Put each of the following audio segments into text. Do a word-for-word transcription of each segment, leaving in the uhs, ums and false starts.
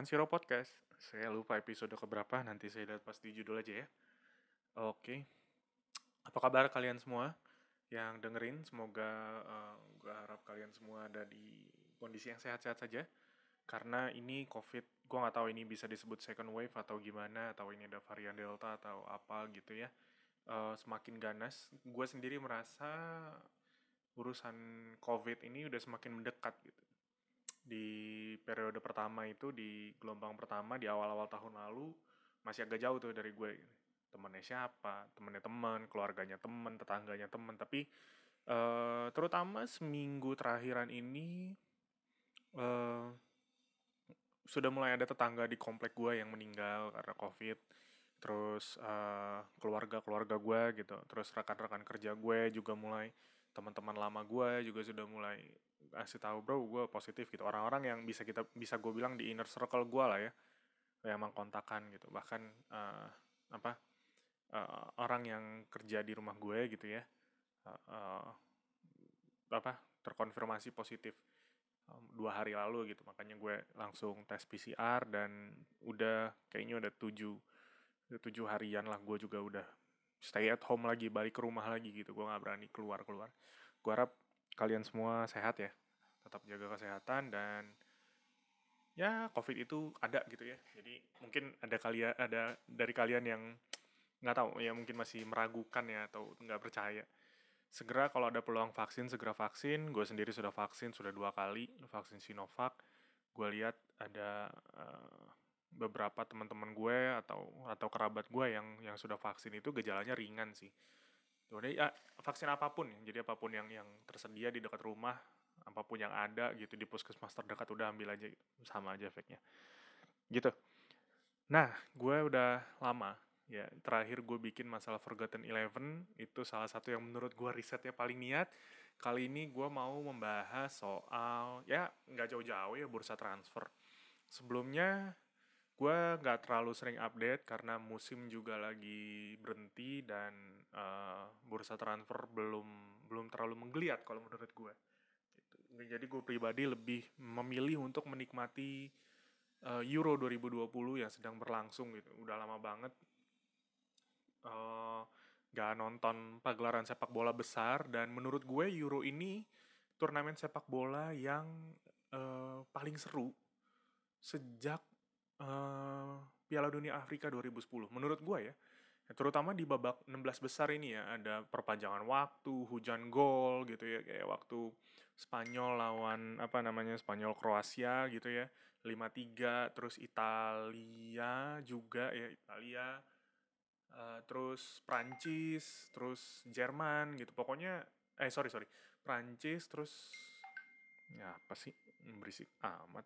Hansiro Podcast. Saya lupa episode keberapa, nanti saya lihat pas di judul aja ya. Oke, apa kabar kalian semua yang dengerin? Semoga uh, gue harap kalian semua ada di kondisi yang sehat-sehat saja. Karena ini COVID, gue nggak tahu ini bisa disebut second wave atau gimana, atau ini ada varian Delta atau apa gitu ya. Uh, semakin ganas. Gue sendiri merasa urusan COVID ini udah semakin mendekat gitu. Di periode pertama itu, di gelombang pertama, di awal-awal tahun lalu, masih agak jauh tuh dari gue. Temennya siapa, temennya teman, keluarganya teman, tetangganya teman. Tapi uh, terutama seminggu terakhiran ini, uh, sudah mulai ada tetangga di komplek gue yang meninggal karena COVID. Terus uh, keluarga-keluarga gue gitu. Terus rekan-rekan kerja gue juga mulai, teman-teman lama gue juga sudah mulai kasih tahu, bro, gue positif gitu. Orang-orang yang bisa kita bisa gue bilang di inner circle gue lah ya, yang emang kontakan gitu. Bahkan uh, apa uh, orang yang kerja di rumah gue gitu ya, uh, uh, apa terkonfirmasi positif um, dua hari lalu gitu. Makanya gue langsung tes P C R dan udah kayaknya udah tujuh tujuh harian lah gue juga udah stay at home lagi, balik ke rumah lagi gitu. Gue nggak berani keluar keluar. Gue harap kalian semua sehat ya, tetap jaga kesehatan. Dan ya COVID itu ada gitu ya. Jadi mungkin ada kalian ada dari kalian yang nggak tahu ya, mungkin masih meragukan ya atau nggak percaya. Segera kalau ada peluang vaksin, segera vaksin. Gue sendiri sudah vaksin, sudah dua kali vaksin Sinovac. Gue lihat ada uh, beberapa teman-teman gue atau atau kerabat gue yang yang sudah vaksin itu gejalanya ringan sih. Jadi ya, vaksin apapun ya, jadi apapun yang yang tersedia di dekat rumah, apapun yang ada gitu di puskesmas terdekat udah ambil aja gitu. Sama aja efeknya. Gitu. Nah, gue udah lama ya, terakhir gue bikin masalah Forgotten Eleven itu salah satu yang menurut gue risetnya paling niat. Kali ini gue mau membahas soal, ya nggak jauh-jauh ya, bursa transfer. Sebelumnya gue nggak terlalu sering update karena musim juga lagi berhenti dan uh, bursa transfer belum belum terlalu menggeliat kalau menurut gue. Jadi gue pribadi lebih memilih untuk menikmati uh, Euro dua ribu dua puluh yang sedang berlangsung gitu. Udah lama banget uh, gak nonton pagelaran sepak bola besar, dan menurut gue Euro ini turnamen sepak bola yang uh, paling seru sejak uh, Piala Dunia Afrika dua ribu sepuluh menurut gue ya. Terutama di babak enam belas besar ini ya, ada perpanjangan waktu, hujan gol gitu ya, kayak waktu Spanyol lawan apa namanya, Spanyol Kroasia gitu ya, lima tiga. Terus Italia juga ya, Italia, uh, terus Prancis, terus Jerman gitu. Pokoknya eh sorry sorry, Prancis, terus ya apa sih, berisik amat.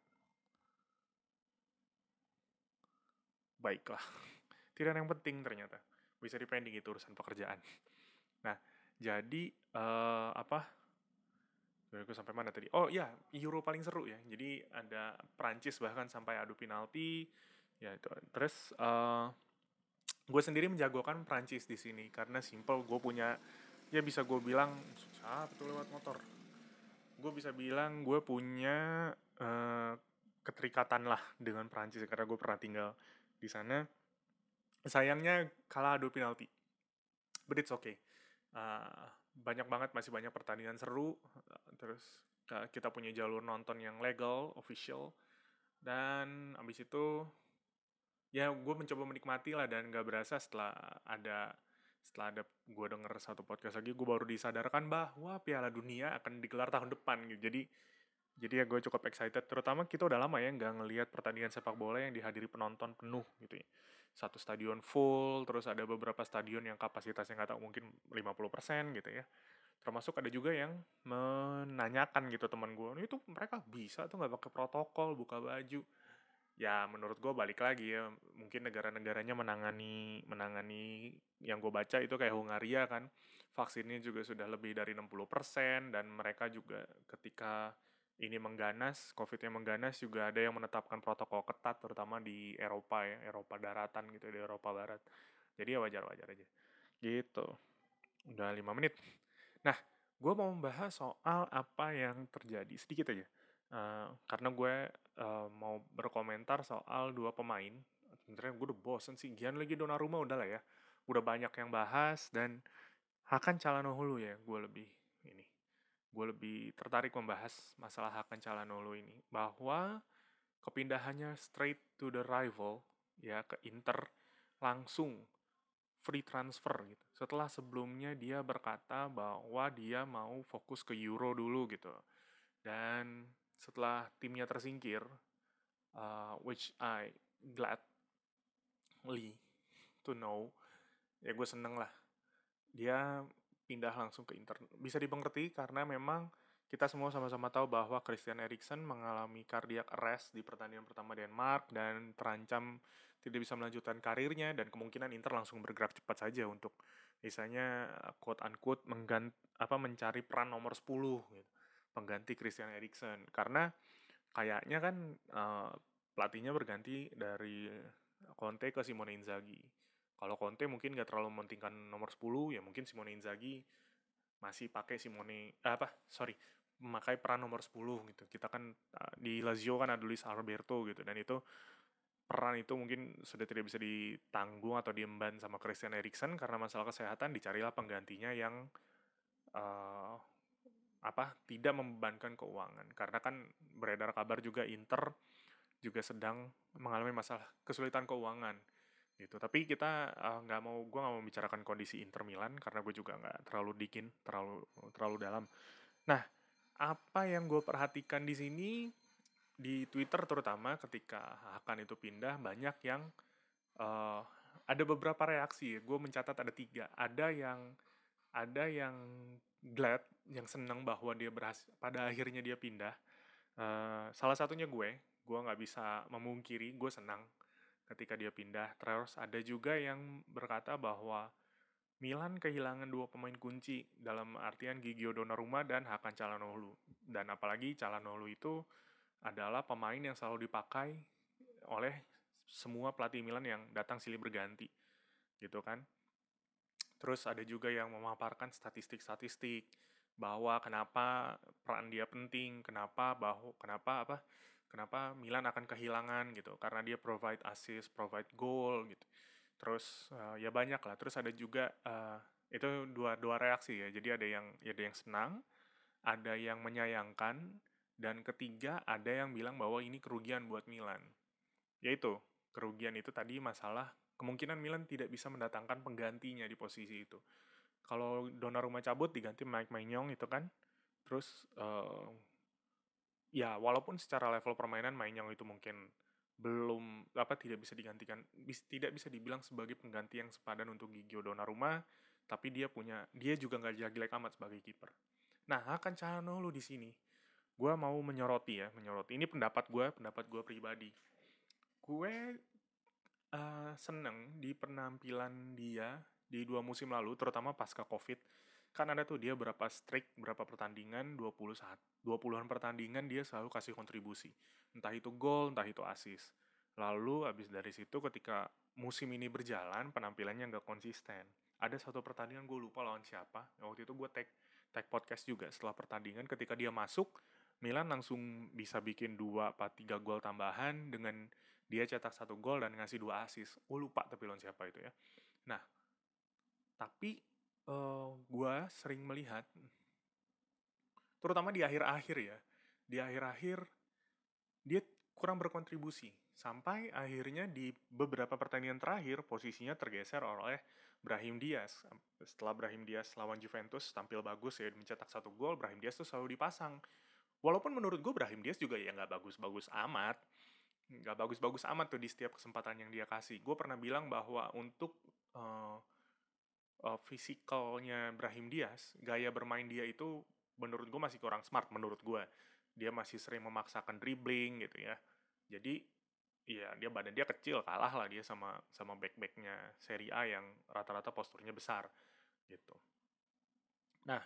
Baiklah, tidak ada yang penting ternyata. Bisa dipending itu urusan pekerjaan. Nah, jadi uh, apa? Gue sampai mana tadi? Oh iya, Euro paling seru ya. Jadi ada Prancis bahkan sampai adu penalti. Ya itu. Terus uh, gue sendiri menjagokan Prancis di sini karena simple. Gue punya, ya bisa gue bilang, siapa tuh lewat motor? Gue bisa bilang gue punya uh, keterikatan lah dengan Prancis karena gue pernah tinggal di sana. Sayangnya kalah adu penalti. But it's okay. Uh, banyak banget, masih banyak pertandingan seru. Terus kita punya jalur nonton yang legal, official. Dan abis itu, ya gue mencoba menikmati lah, dan gak berasa setelah ada setelah ada gue denger satu podcast lagi, gue baru disadarkan bahwa Piala Dunia akan digelar tahun depan gitu. Jadi jadi ya gue cukup excited, terutama kita udah lama ya nggak ngelihat pertandingan sepak bola yang dihadiri penonton penuh gitu ya. Satu stadion full, terus ada beberapa stadion yang kapasitasnya nggak tahu mungkin lima puluh persen gitu ya. Termasuk ada juga yang menanyakan gitu teman gue, itu mereka bisa tuh nggak pakai protokol, buka baju. Ya menurut gue balik lagi ya, mungkin negara-negaranya menangani menangani yang gue baca itu kayak Hungaria kan, vaksinnya juga sudah lebih dari enam puluh persen, dan mereka juga ketika ini mengganas, COVID-nya mengganas, juga ada yang menetapkan protokol ketat, terutama di Eropa ya, Eropa daratan gitu, di Eropa Barat. Jadi ya wajar-wajar aja. Gitu. Udah lima menit. Nah, gue mau membahas soal apa yang terjadi, sedikit aja. Uh, karena gue uh, mau berkomentar soal dua pemain. Sebenarnya gue udah bosen sih, Gianluigi Donnarumma udah lah ya. Udah banyak yang bahas, dan Hakan Calhanoglu ya, gue lebih ini. Gue lebih tertarik membahas masalah Hakan Calhanoglu ini. Bahwa kepindahannya straight to the rival, ya ke Inter, langsung free transfer gitu. Setelah sebelumnya dia berkata bahwa dia mau fokus ke Euro dulu gitu. Dan setelah timnya tersingkir, uh, which I gladly to know, ya gue seneng lah. Dia pindah langsung ke Inter. Bisa dimengerti karena memang kita semua sama-sama tahu bahwa Christian Eriksen mengalami cardiac arrest di pertandingan pertama Denmark dan terancam tidak bisa melanjutkan karirnya, dan kemungkinan Inter langsung bergerak cepat saja untuk misalnya quote unquote mengganti apa mencari peran nomor sepuluh gitu, pengganti Christian Eriksen, karena kayaknya kan uh, pelatihnya berganti dari Conte ke Simone Inzaghi. Kalau Conte mungkin nggak terlalu mementingkan nomor sepuluh, ya mungkin Simone Inzaghi masih pakai Simone, eh, apa, sorry, memakai peran nomor sepuluh gitu. Kita kan uh, di Lazio kan ada Luis Alberto gitu, dan itu peran itu mungkin sudah tidak bisa ditanggung atau diemban sama Christian Eriksen karena masalah kesehatan, dicarilah penggantinya yang uh, apa tidak membebankan keuangan, karena kan beredar kabar juga Inter juga sedang mengalami masalah kesulitan keuangan gitu. Tapi kita uh, nggak mau, gue nggak mau membicarakan kondisi Inter Milan karena gue juga nggak terlalu dikin, terlalu terlalu dalam. Nah, apa yang gue perhatikan di sini di Twitter terutama ketika Hakan itu pindah, banyak yang uh, ada beberapa reaksi. Gue mencatat ada tiga. Ada yang ada yang glad, yang senang bahwa dia berhasil, pada akhirnya dia pindah. Uh, salah satunya gue, gue nggak bisa memungkiri, gue senang ketika dia pindah. Terus ada juga yang berkata bahwa Milan kehilangan dua pemain kunci dalam artian Gigio Donnarumma dan Hakan Calhanoglu. Dan apalagi Calhanoglu itu adalah pemain yang selalu dipakai oleh semua pelatih Milan yang datang silih berganti, gitu kan. Terus ada juga yang memaparkan statistik-statistik bahwa kenapa peran dia penting, kenapa bahwa kenapa apa kenapa Milan akan kehilangan gitu, karena dia provide assist, provide goal gitu. Terus uh, ya banyak lah. Terus ada juga uh, itu dua dua reaksi ya. Jadi ada yang ya ada yang senang, ada yang menyayangkan, dan ketiga ada yang bilang bahwa ini kerugian buat Milan. Yaitu kerugian itu tadi masalah kemungkinan Milan tidak bisa mendatangkan penggantinya di posisi itu. Kalau Donnarumma cabut diganti Mike Maignan itu kan. Terus uh, ya walaupun secara level permainan Maignan itu mungkin belum apa tidak bisa digantikan, bis, tidak bisa dibilang sebagai pengganti yang sepadan untuk Gigio Donnarumma, tapi dia punya dia juga nggak jelek-jelek amat sebagai kiper. Nah, akan Calhanoglu di sini, gue mau menyoroti ya, menyoroti ini pendapat gue, pendapat gue pribadi. Gue uh, seneng di penampilan dia di dua musim lalu, terutama pasca Covid. Kan ada tuh dia berapa streak, berapa pertandingan, dua puluh satu, dua puluhan pertandingan dia selalu kasih kontribusi. Entah itu gol, entah itu assist. Lalu abis dari situ ketika musim ini berjalan, penampilannya nggak konsisten. Ada satu pertandingan gue lupa lawan siapa. Waktu itu gue tag, tag podcast juga setelah pertandingan. Ketika dia masuk, Milan langsung bisa bikin dua atau tiga gol tambahan dengan dia cetak satu gol dan ngasih dua assist. Gue lupa tapi lawan siapa itu ya. Nah, tapi uh, gue sering melihat, terutama di akhir-akhir ya, di akhir-akhir dia kurang berkontribusi. Sampai akhirnya di beberapa pertandingan terakhir, posisinya tergeser oleh Brahim Diaz. Setelah Brahim Diaz lawan Juventus tampil bagus ya, mencetak satu gol, Brahim Diaz tuh selalu dipasang. Walaupun menurut gue Brahim Diaz juga ya nggak bagus-bagus amat. Nggak bagus-bagus amat tuh di setiap kesempatan yang dia kasih. Gue pernah bilang bahwa untuk uh, uh, fisikalnya Brahim Diaz, gaya bermain dia itu menurut gue masih kurang smart menurut gue. Dia masih sering memaksakan dribbling gitu ya. Jadi ya dia badan dia kecil, kalah lah dia sama sama back-backnya Serie A yang rata-rata posturnya besar gitu. Nah,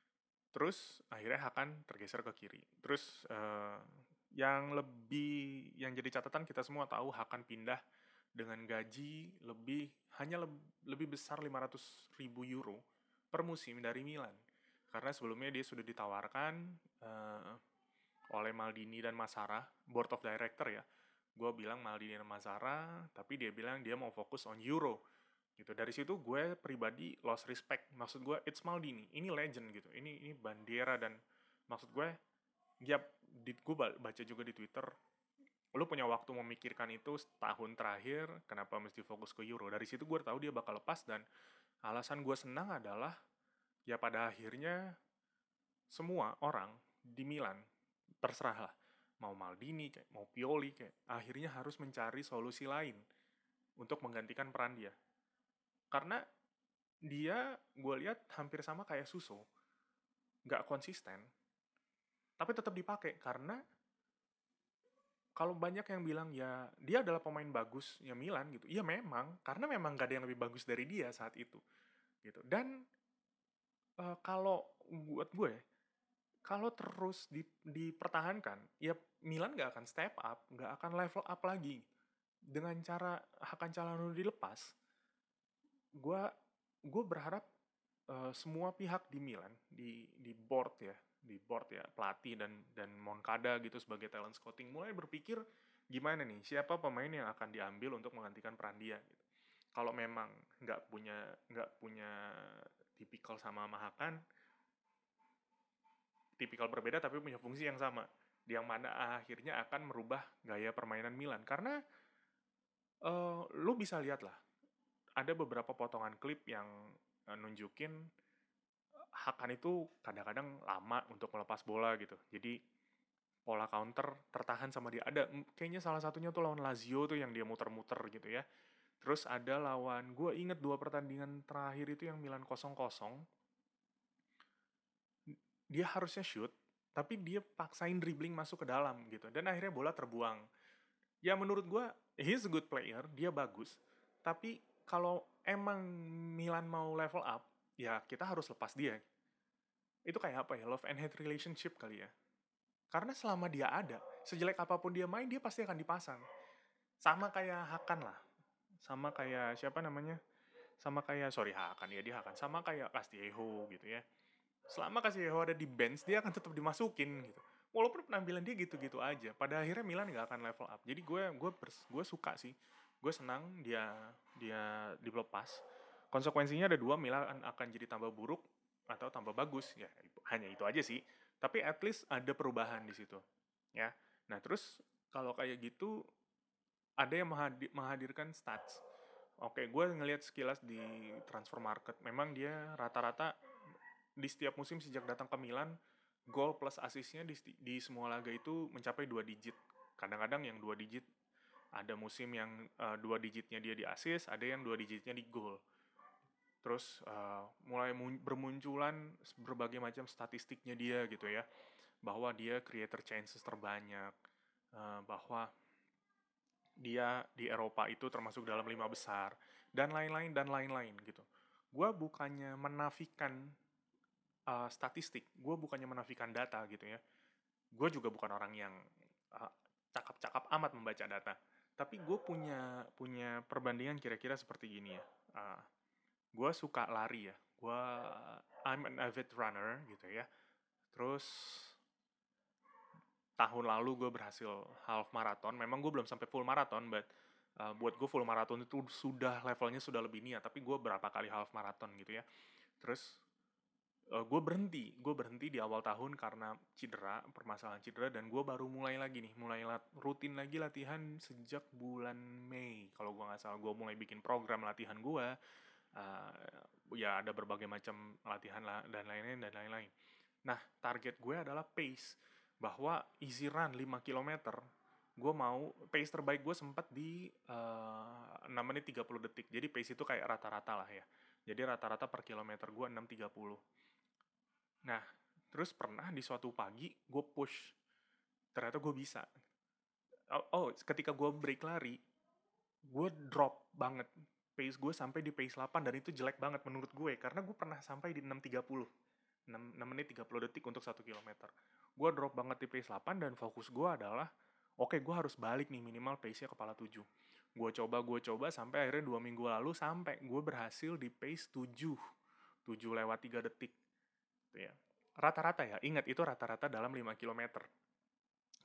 terus akhirnya Hakan tergeser ke kiri. Terus uh, yang lebih yang jadi catatan kita semua tahu Hakan pindah dengan gaji lebih hanya le, lebih besar lima ratus ribu euro per musim dari Milan. Karena sebelumnya dia sudah ditawarkan uh, oleh Maldini dan Massara, board of director ya. Gue bilang Maldini dan Massara, tapi dia bilang dia mau fokus on Euro gitu. Dari situ gue pribadi lost respect. Maksud gue it's Maldini, ini legend gitu. Ini ini Bandera dan maksud gue ya, gue baca juga di Twitter, lu punya waktu memikirkan itu setahun terakhir, kenapa mesti fokus ke Euro? Dari situ gue tahu dia bakal lepas, dan alasan gue senang adalah ya pada akhirnya semua orang di Milan, terserah lah, mau Maldini kayak mau Pioli kayak, akhirnya harus mencari solusi lain untuk menggantikan peran dia. Karena dia gue lihat hampir sama kayak Suso, nggak konsisten, tapi tetap dipakai karena kalau banyak yang bilang ya dia adalah pemain bagus ya Milan gitu. Iya memang, karena memang gak ada yang lebih bagus dari dia saat itu gitu. Dan uh, kalau buat gue, kalau terus di, dipertahankan, ya Milan gak akan step up, gak akan level up lagi. Dengan cara Hakan Çalhanoğlu dilepas, gue gue berharap uh, semua pihak di Milan, di di board ya, di board ya, pelatih dan dan Moncada gitu sebagai talent scouting mulai berpikir gimana nih, siapa pemain yang akan diambil untuk menggantikan peran dia gitu. Kalau memang nggak punya nggak punya tipikal sama Mahakan, tipikal berbeda tapi punya fungsi yang sama, yang mana akhirnya akan merubah gaya permainan Milan. Karena uh, lu bisa lihat lah, ada beberapa potongan klip yang uh, nunjukin Hakan itu kadang-kadang lama untuk melepas bola gitu. Jadi pola counter tertahan sama dia. Ada kayaknya salah satunya tuh lawan Lazio tuh yang dia muter-muter gitu ya. Terus ada lawan, gue inget dua pertandingan terakhir itu yang Milan kosong kosong. Dia harusnya shoot, tapi dia paksain dribbling masuk ke dalam gitu. Dan akhirnya bola terbuang. Ya menurut gue, he's a good player, dia bagus. Tapi kalau emang Milan mau level up, ya kita harus lepas dia. Itu kayak apa ya, love and hate relationship kali ya. Karena selama dia ada, sejelek apapun dia main, dia pasti akan dipasang. Sama kayak Hakan lah. Sama kayak siapa namanya? Sama kayak, sorry Hakan, ya dia Hakan. Sama kayak Castillejo gitu ya. Selama Castillejo ada di bench, dia akan tetap dimasukin gitu. Walaupun penampilan dia gitu-gitu aja. Pada akhirnya Milan gak akan level up. Jadi gue gue gue suka sih. Gue senang dia dia dilepas. Konsekuensinya ada dua, Milan akan jadi tambah buruk atau tambah bagus. Ya hanya itu aja sih. Tapi at least ada perubahan di situ. Ya. Nah, terus kalau kayak gitu ada yang menghadirkan stats. Oke, gue ngelihat sekilas di transfer market. Memang dia rata-rata di setiap musim sejak datang ke Milan, gol plus asisnya di, di semua laga itu mencapai dua digit. Kadang-kadang yang dua digit, ada musim yang uh, dua digitnya dia di asis, ada yang dua digitnya di gol. Terus uh, mulai bermunculan berbagai macam statistiknya dia gitu ya, bahwa dia creator chances terbanyak, uh, bahwa dia di Eropa itu termasuk dalam lima besar, dan lain-lain dan lain-lain gitu. Gue bukannya menafikan uh, statistik, gue bukannya menafikan data gitu ya. Gue juga bukan orang yang uh, cakap-cakap amat membaca data, tapi gue punya punya perbandingan kira-kira seperti gini ya. Uh, gue suka lari ya, gue I'm an avid runner gitu ya. Terus tahun lalu gue berhasil half marathon. Memang gue belum sampai full marathon, but uh, buat gue full marathon itu sudah levelnya sudah lebih niat. Tapi gue berapa kali half marathon gitu ya. Terus uh, gue berhenti, gue berhenti di awal tahun karena cedera, permasalahan cedera, dan gue baru mulai lagi nih, mulai lat, rutin lagi latihan sejak bulan Mei. Kalau gue nggak salah, gue mulai bikin program latihan gue. Uh, ya ada berbagai macam latihan lah, dan lain-lain dan lain-lain. Nah, target gue adalah pace, bahwa easy run lima kilometer, gue mau, pace terbaik gue sempat di uh, enam menit tiga puluh detik. Jadi pace itu kayak rata-rata lah ya. Jadi rata-rata per kilometer gue enam tiga puluh. Nah, terus pernah di suatu pagi gue push. Ternyata gue bisa. Oh, oh ketika gue break lari, gue drop banget. Pace gue sampai di pace delapan, dan itu jelek banget menurut gue. Karena gue pernah sampai di enam tiga puluh. enam menit tiga puluh detik untuk satu kilometer. Gue drop banget di pace delapan, dan fokus gue adalah, oke okay, gue harus balik nih minimal pace-nya kepala tujuh. Gue coba, gue coba, sampai akhirnya dua minggu lalu, sampai gue berhasil di pace tujuh. tujuh lewat tiga detik. Gitu ya. Rata-rata ya, ingat itu rata-rata dalam lima kilometer.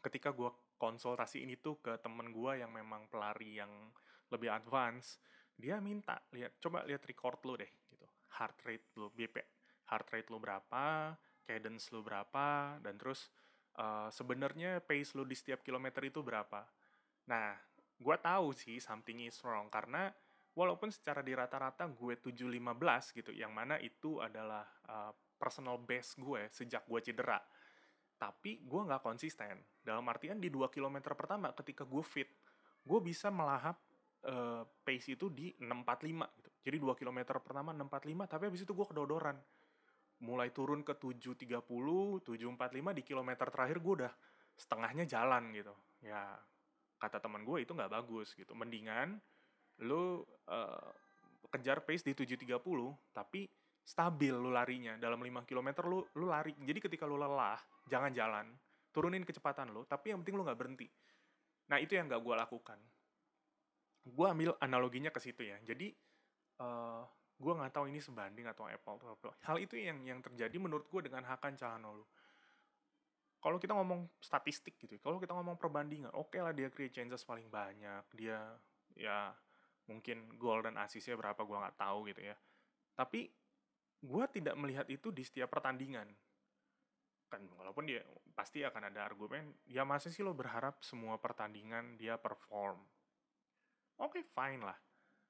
ketika gue konsultasi ini tuh ke temen gue yang memang pelari yang lebih advance, dia minta lihat, coba lihat record lu deh gitu, heart rate lu, B P, heart rate lu berapa, cadence lu berapa, dan terus uh, sebenarnya pace lu di setiap kilometer itu berapa. Nah, gue tahu sih something is wrong karena walaupun secara di rata-rata gue tujuh lima belas gitu, yang mana itu adalah uh, personal best gue sejak gue cedera, tapi gue nggak konsisten. Dalam artian di dua kilometer pertama ketika gue fit, gue bisa melahap uh, pace itu di enam empat lima gitu. Jadi dua kilometer pertama enam empat lima, tapi habis itu gue kedodoran. Mulai turun ke tujuh tiga puluh, tujuh empat lima, di kilometer terakhir gue udah setengahnya jalan gitu. Ya, kata teman gue itu nggak bagus gitu. Mendingan lu uh, kejar pace di tujuh tiga puluh, tapi stabil lu larinya. Dalam lima kilometer lu, lu lari. Jadi ketika lu lelah, jangan jalan. Turunin kecepatan lu, tapi yang penting lu nggak berhenti. Nah, itu yang nggak gue lakukan. Gue ambil analoginya ke situ ya. Jadi, uh, gue nggak tahu ini sebanding atau apple to apple. Hal itu yang yang terjadi menurut gue dengan Hakan Calhanoglu. Kalau kita ngomong statistik gitu, kalau kita ngomong perbandingan, oke okay lah dia create chances paling banyak, dia ya mungkin gol dan asisnya berapa gue nggak tahu gitu ya. Tapi gue tidak melihat itu di setiap pertandingan. Kan walaupun dia pasti akan ada argumen, ya masa sih lo berharap semua pertandingan dia perform? Oke, okay, fine lah.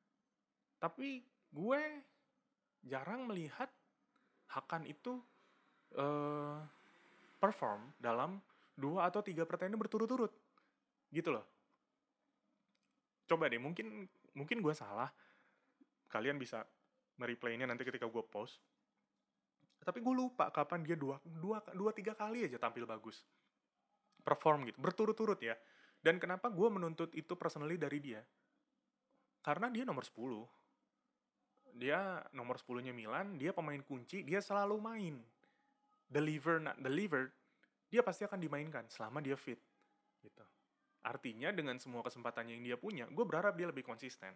Tapi gue jarang melihat Hakan itu uh, perform dalam dua atau tiga pertandingan berturut-turut. Gitu loh. Coba deh, mungkin mungkin gue salah. Kalian bisa mereplaynya nanti ketika gue post. Tapi gue lupa kapan dia dua, dua, dua tiga kali aja tampil bagus. Perform gitu, berturut-turut ya. Dan kenapa gue menuntut itu personally dari dia? Karena dia nomor sepuluh. Dia nomor sepuluh-nya Milan, dia pemain kunci, dia selalu main. Deliver, not deliver, dia pasti akan dimainkan selama dia fit. Gitu. Artinya dengan semua kesempatannya yang dia punya, gue berharap dia lebih konsisten.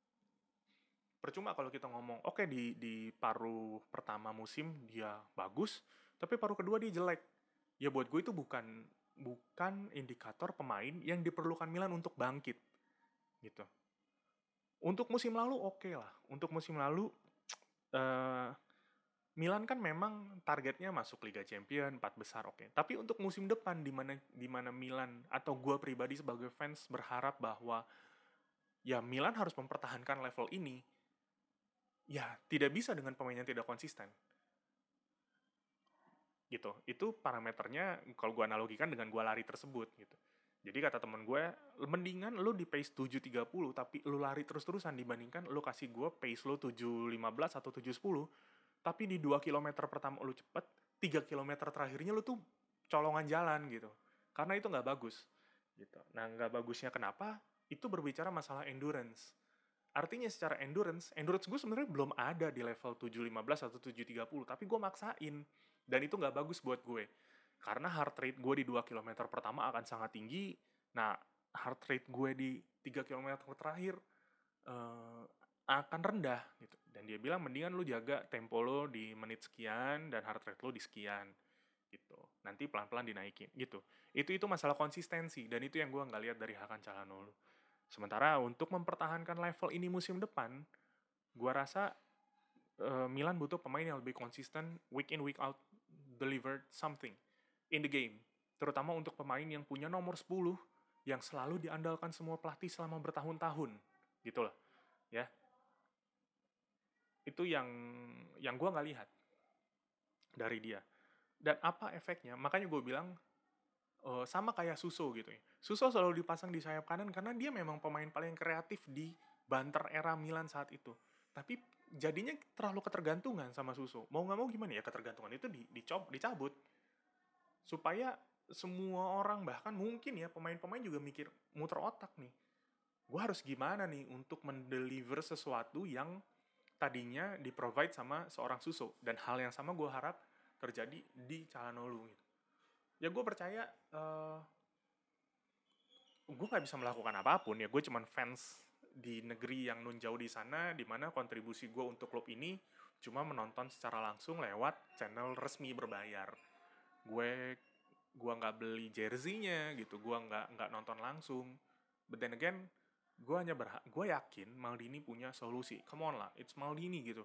Percuma kalau kita ngomong, oke okay, di di paruh pertama musim dia bagus, tapi paruh kedua dia jelek. Ya buat gue itu bukan bukan indikator pemain yang diperlukan Milan untuk bangkit. Gitu. Untuk musim lalu oke okay lah. Untuk musim lalu uh, Milan kan memang targetnya masuk Liga Champions, empat besar oke. Okay. Tapi untuk musim depan di mana di mana Milan atau gue pribadi sebagai fans berharap bahwa ya Milan harus mempertahankan level ini. Ya, tidak bisa dengan pemain yang tidak konsisten. Gitu. Itu parameternya kalau gue analogikan dengan gue lari tersebut gitu. Jadi kata temen gue, mendingan lu di pace tujuh tiga puluh tapi lu lari terus-terusan dibandingkan lu kasih gue pace lu tujuh lima belas atau tujuh sepuluh, tapi di dua kilometer pertama lu cepet, tiga kilometer terakhirnya lu tuh colongan jalan gitu. Karena itu nggak bagus. Gitu. Nah, nggak bagusnya kenapa? Itu berbicara masalah endurance. Artinya secara endurance, endurance gue sebenarnya belum ada di level tujuh lima belas atau tujuh tiga puluh, tapi gue maksain. Dan itu nggak bagus buat gue. Karena heart rate gue di dua kilometer pertama akan sangat tinggi. Nah, heart rate gue di tiga kilometer terakhir uh, akan rendah. Gitu. Dan dia bilang, mendingan lu jaga tempo lo di menit sekian, dan heart rate lo di sekian. Gitu. Nanti pelan-pelan dinaikin. Gitu. Itu itu masalah konsistensi. Dan itu yang gue nggak lihat dari Hakan Calhanoglu. Sementara untuk mempertahankan level ini musim depan, gue rasa uh, Milan butuh pemain yang lebih konsisten, week in, week out, delivered something in the game. Terutama untuk pemain yang punya nomor sepuluh, yang selalu diandalkan semua pelatih selama bertahun-tahun. Gitu loh. Ya. Itu yang yang gue nggak lihat dari dia. Dan apa efeknya? Makanya gue bilang, Uh, sama kayak Suso gitu ya. Suso selalu dipasang di sayap kanan karena dia memang pemain paling kreatif di banter era Milan saat itu. Tapi jadinya terlalu ketergantungan sama Suso. Mau nggak mau gimana ya, ketergantungan itu di, dicob, dicabut. Supaya semua orang, bahkan mungkin ya pemain-pemain juga mikir, muter otak nih. Gue harus gimana nih untuk mendeliver sesuatu yang tadinya di-provide sama seorang Suso. Dan hal yang sama gue harap terjadi di Calhanoglu gitu. Ya gue percaya uh, gue nggak bisa melakukan apapun ya, gue cuman fans di negeri yang nun jauh di sana, di mana kontribusi gue untuk klub ini cuma menonton secara langsung lewat channel resmi berbayar. Gue gue nggak beli jersey-nya gitu, gue nggak nggak nonton langsung. But then again, gue hanya berha gue yakin Maldini punya solusi. Come on lah, it's Maldini gitu.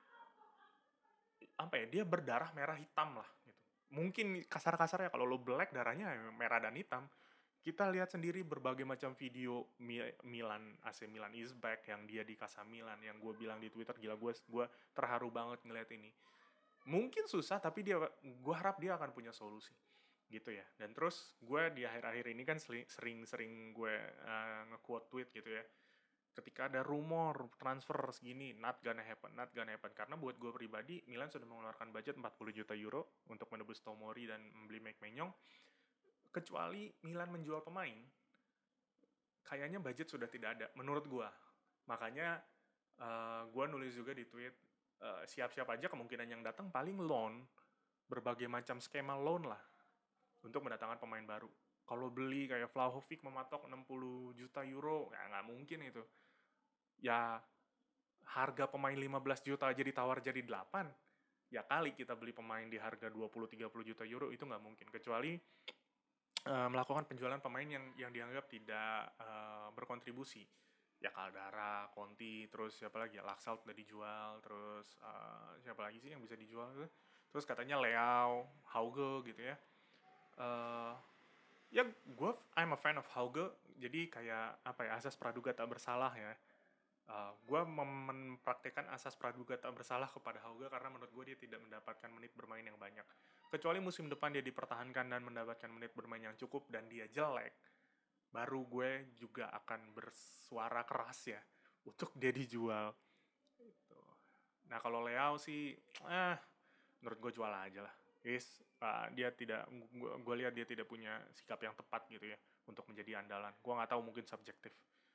Apa ya, dia berdarah merah hitam lah gitu. Mungkin kasar-kasarnya kalau lo black darahnya merah dan hitam. Kita lihat sendiri berbagai macam video Milan, A C Milan is back, yang dia di Casa Milan, yang gue bilang di Twitter, gila gue gue terharu banget ngeliat ini. Mungkin susah, tapi dia gue harap dia akan punya solusi gitu ya. Dan terus gue di akhir-akhir ini kan sering-sering gue uh, nge-quote tweet gitu ya. Ketika ada rumor transfer segini, not gonna happen, not gonna happen. Karena buat gue pribadi, Milan sudah mengeluarkan budget empat puluh juta euro untuk menebus Tomori dan membeli Mike Maignan. Kecuali Milan menjual pemain, kayaknya budget sudah tidak ada, menurut gue. Makanya uh, gue nulis juga di tweet, uh, siap-siap aja kemungkinan yang datang paling loan, berbagai macam skema loan lah, untuk mendatangkan pemain baru. Kalau beli kayak Vlahovic mematok enam puluh juta euro, ya nggak mungkin itu. Ya harga pemain lima belas juta aja ditawar jadi delapan, ya kali kita beli pemain di harga dua puluh sampai tiga puluh juta euro, itu nggak mungkin. Kecuali Uh, melakukan penjualan pemain yang yang dianggap tidak uh, berkontribusi. Ya Caldara, Conti, terus siapa lagi ya, Laxalt udah dijual, terus uh, siapa lagi sih yang bisa dijual gitu. Terus katanya Leao, Hauge gitu ya. Uh, ya gue, I'm a fan of Hauge, jadi kayak apa ya, asas praduga tak bersalah ya. Uh, gue mempraktekkan asas praduga tak bersalah kepada Hauge karena menurut gue dia tidak mendapatkan menit bermain yang banyak. Kecuali musim depan dia dipertahankan dan mendapatkan menit bermain yang cukup dan dia jelek, baru gue juga akan bersuara keras ya untuk dia dijual. Gitu. Nah kalau Leao sih, eh, menurut gue jual aja lah. Yes, uh, dia tidak, gue, gue lihat dia tidak punya sikap yang tepat gitu ya untuk menjadi andalan. Gue nggak tahu, mungkin subjektif.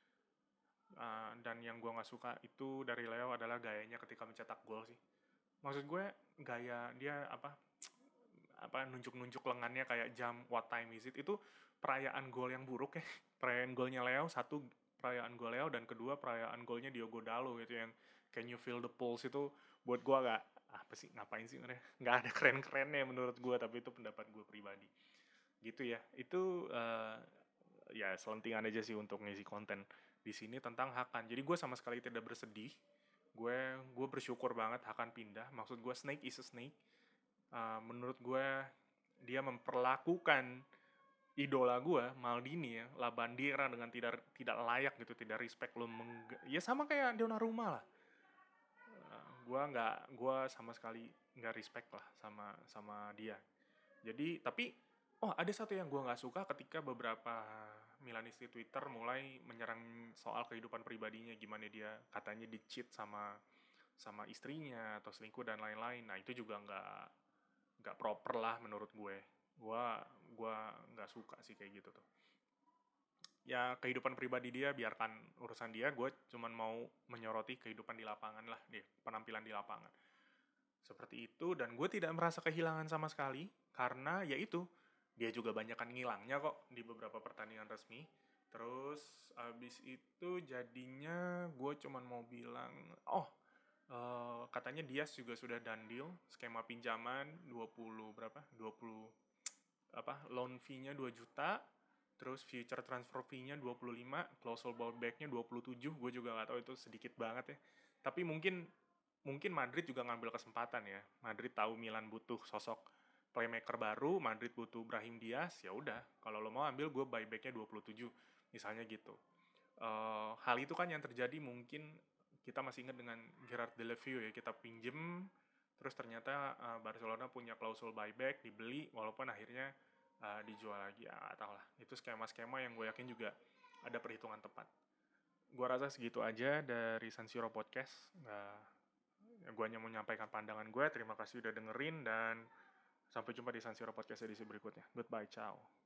Uh, dan yang gue nggak suka itu dari Leao adalah gayanya ketika mencetak gol sih. Maksud gue gaya dia apa? apa nunjuk-nunjuk lengannya kayak jam what time is it, itu perayaan gol yang buruk ya. Perayaan golnya Leo, satu perayaan gol Leo, dan kedua perayaan golnya Diogo Dalot gitu yang can you feel the pulse, itu buat gue agak apa sih, ngapain sih mereka, nggak ada keren-kerennya menurut gue, tapi itu pendapat gue pribadi gitu ya. Itu uh, ya selentingan aja sih untuk ngisi konten di sini tentang Hakan. Jadi gue sama sekali tidak bersedih, gue gue bersyukur banget Hakan pindah. Maksud gue, snake is a snake. Uh, menurut gue dia memperlakukan idola gue Maldini ya, La Bandiera, dengan tidak tidak layak gitu, tidak respect. Lo meng- ya sama kayak Donnarumma lah. Uh, gue nggak, gue sama sekali nggak respect lah sama sama dia. Jadi tapi oh ada satu yang gue nggak suka ketika beberapa Milanisti Twitter mulai menyerang soal kehidupan pribadinya, gimana dia katanya di-cheat sama sama istrinya atau selingkuh dan lain-lain. Nah itu juga nggak nggak proper lah menurut gue. Gue gue nggak suka sih kayak gitu tuh. Ya kehidupan pribadi dia biarkan urusan dia, gue cuman mau menyoroti kehidupan di lapangan lah, deh, penampilan di lapangan. Seperti itu, dan gue tidak merasa kehilangan sama sekali, karena ya itu, dia juga banyakan ngilangnya kok di beberapa pertandingan resmi. Terus abis itu jadinya gue cuman mau bilang, oh Uh, katanya Diaz juga sudah done deal, skema pinjaman dua puluh berapa? dua puluh apa? Loan fee-nya dua juta, terus future transfer fee-nya dua puluh lima, klausul buyback-nya dua puluh tujuh. Gue juga nggak tahu, itu sedikit banget ya. Tapi mungkin mungkin Madrid juga ngambil kesempatan ya. Madrid tahu Milan butuh sosok playmaker baru, Madrid butuh Brahim Diaz, ya udah, kalau lo mau ambil, gue buyback-nya dua puluh tujuh misalnya gitu. Uh, hal itu kan yang terjadi mungkin kita masih ingat dengan Gerard Deulofeu ya, kita pinjem, terus ternyata uh, Barcelona punya klausul buyback, dibeli, walaupun akhirnya uh, dijual lagi, ya nggak tahu lah. Itu skema-skema yang gue yakin juga ada perhitungan tepat. Gue rasa segitu aja dari San Siro Podcast. Uh, gue hanya mau menyampaikan pandangan gue, terima kasih udah dengerin, dan sampai jumpa di San Siro Podcast edisi berikutnya. Goodbye, ciao.